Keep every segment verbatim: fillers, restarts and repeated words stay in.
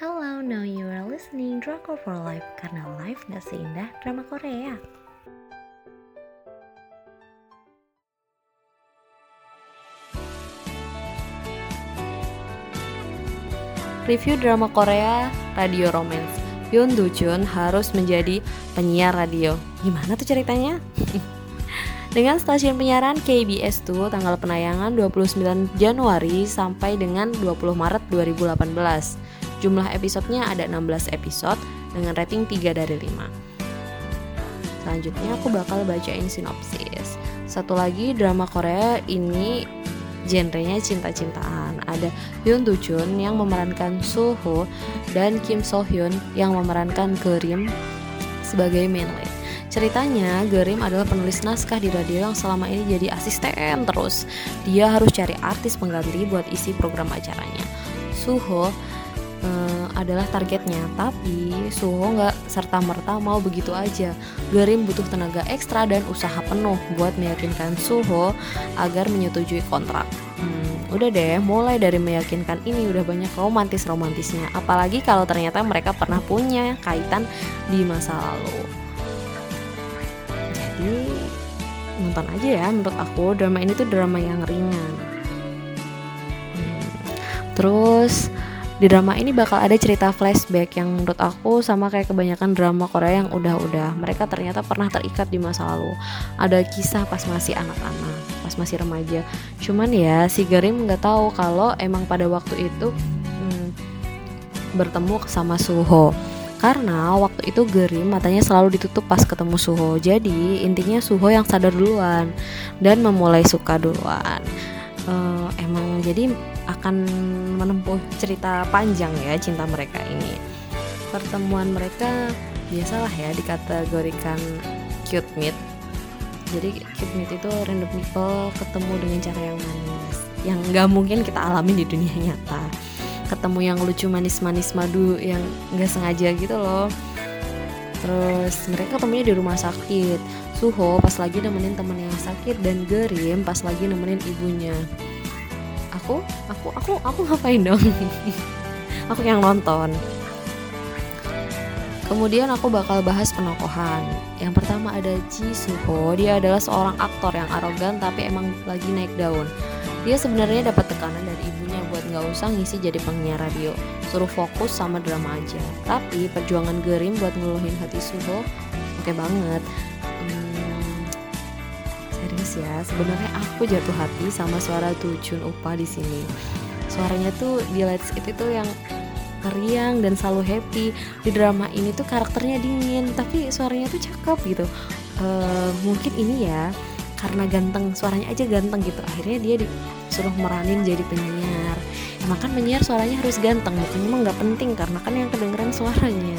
Halo, now you are listening Drakor for Life karena life gak seindah drama Korea. Review drama Korea, radio romance. Yoon Do Jun harus menjadi penyiar radio. Gimana tuh ceritanya? Dengan stasiun penyiaran K B S two, tanggal penayangan dua puluh sembilan Januari sampai dengan dua puluh Maret dua ribu delapan belas. Jumlah episodenya ada enam belas episode dengan rating tiga dari lima. Selanjutnya aku bakal bacain sinopsis. Satu lagi drama Korea ini genrenya cinta-cintaan. Ada Yoon Do Jun yang memerankan Soo Ho dan Kim So Hyun yang memerankan Gerim sebagai main lead. Ceritanya, Gerim adalah penulis naskah di radio yang selama ini jadi asisten terus. Dia harus cari artis pengganti buat isi program acaranya. Soo Ho uh, adalah targetnya, tapi Soo Ho nggak serta-merta mau begitu aja. Gerim butuh tenaga ekstra dan usaha penuh buat meyakinkan Soo Ho agar menyetujui kontrak. Hmm, udah deh, mulai dari meyakinkan ini udah banyak romantis-romantisnya. Apalagi kalau ternyata mereka pernah punya kaitan di masa lalu. Jadi nonton aja ya, menurut aku drama ini tuh drama yang ringan. Hmm. Terus di drama ini bakal ada cerita flashback yang menurut aku sama kayak kebanyakan drama Korea yang udah-udah. Mereka ternyata pernah terikat di masa lalu. Ada kisah pas masih anak-anak, pas masih remaja. Cuman ya si Gerim nggak tahu kalau emang pada waktu itu hmm, bertemu sama Soo Ho. Karena waktu itu Gerim matanya selalu ditutup pas ketemu Soo Ho. Jadi intinya Soo Ho yang sadar duluan dan memulai suka duluan. Uh, emang jadi akan menempuh cerita panjang ya cinta mereka ini. Pertemuan mereka biasalah ya dikategorikan cute meet. Jadi cute meet itu random people ketemu dengan cara yang manis, yang gak mungkin kita alami di dunia nyata. Ketemu yang lucu manis-manis madu yang gak sengaja gitu loh. Terus mereka ketemunya di rumah sakit. Soo Ho pas lagi nemenin temen yang sakit dan Gerim pas lagi nemenin ibunya. Aku, aku, aku, aku ngapain dong? Aku yang nonton. Kemudian aku bakal bahas penokohan. Yang pertama ada Ji Soo Ho. Dia adalah seorang aktor yang arogan tapi emang lagi naik daun. Dia sebenarnya dapat tekanan dari ibunya buat nggak usah ngisi jadi penyiar radio, suruh fokus sama drama aja. Tapi perjuangan Gerim buat ngeluhin hati Soo Ho oke banget. Hmm, serius ya, sebenarnya aku jatuh hati sama suara Do Jun Oppa di sini. Suaranya tuh di Let's Eat itu yang riang dan selalu happy. Di drama ini tuh karakternya dingin, tapi suaranya tuh cakep gitu. Uh, mungkin ini ya karena ganteng, suaranya aja ganteng gitu. Akhirnya dia disuruh meranin jadi penyiar. Emang kan penyiar suaranya harus ganteng, bukan emang nggak penting karena kan yang kedengeran suaranya.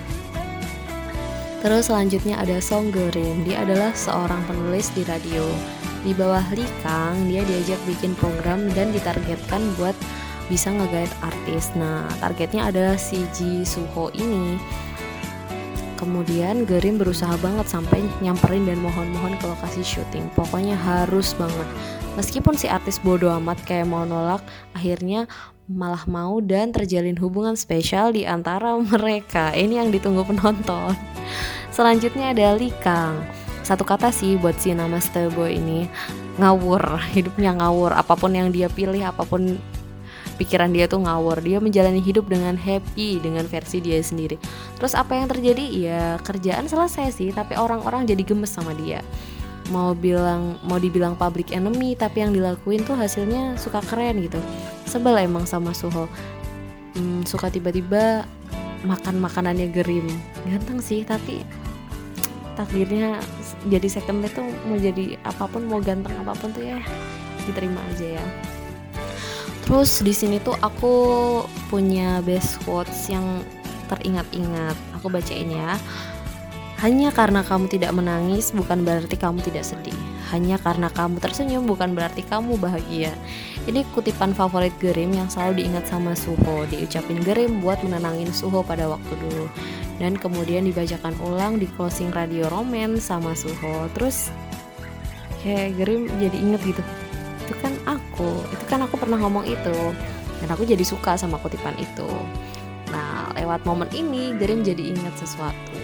Terus selanjutnya ada Song Gerim. Dia adalah seorang penulis di radio. Di bawah Lee Kang, dia diajak bikin program dan ditargetkan buat bisa nge-guide artis. Nah, targetnya adalah si Ji Soo Ho ini. Kemudian Gerim berusaha banget sampai nyamperin dan mohon-mohon ke lokasi syuting. Pokoknya harus banget. Meskipun si artis bodo amat kayak mau nolak, akhirnya malah mau dan terjalin hubungan spesial di antara mereka. Ini yang ditunggu penonton. Selanjutnya ada Lee Kang. Satu kata sih buat si nama Starboy ini, ngawur. Hidupnya ngawur. Apapun yang dia pilih, apapun pikiran dia tuh ngawur. Dia menjalani hidup dengan happy dengan versi dia sendiri. Terus apa yang terjadi? Ya kerjaan selesai sih, tapi orang-orang jadi gemes sama dia. Mau bilang mau dibilang public enemy, tapi yang dilakuin tuh hasilnya suka keren gitu. Sebel emang sama Soo Ho. Hmm, suka tiba-tiba makan makanannya Gerim. Ganteng sih, tapi takdirnya jadi second lead tuh mau jadi apapun, mau ganteng apapun tuh ya diterima aja ya. Terus di sini tuh aku punya best quotes yang teringat-ingat. Aku bacain ya. Hanya karena kamu tidak menangis bukan berarti kamu tidak sedih. Hanya karena kamu tersenyum bukan berarti kamu bahagia. Ini kutipan favorit Gerim yang selalu diingat sama Soo Ho. Diucapin Gerim buat menenangin Soo Ho pada waktu dulu. Dan kemudian dibacakan ulang di closing radio romance sama Soo Ho. Terus kayak Gerim jadi inget gitu. Itu kan aku, itu kan aku pernah ngomong itu. Dan aku jadi suka sama kutipan itu. Nah, lewat momen ini Garin jadi ingat sesuatu.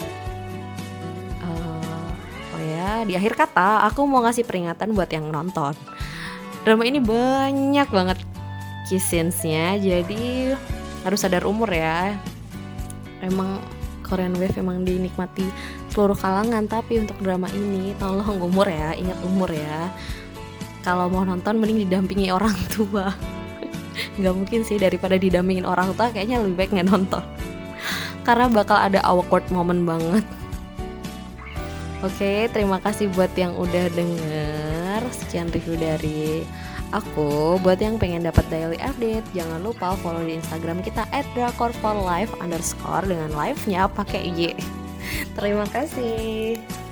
Uh, oh ya, di akhir kata aku mau ngasih peringatan buat yang nonton. Drama ini banyak banget kiss scenes-nya, jadi harus sadar umur ya. Emang Korean Wave emang dinikmati seluruh kalangan, tapi untuk drama ini tolong umur ya, ingat umur ya. Kalau mau nonton mending didampingi orang tua. Nggak mungkin sih, daripada didampingin orang tua kayaknya lebih baik nggak nonton. Karena bakal ada awkward moment banget. Oke, terima kasih buat yang udah denger. Sekian review dari aku. Buat yang pengen dapat daily update, jangan lupa follow di Instagram kita at drakor for life underscore dengan live-nya pakai Y. Terima kasih.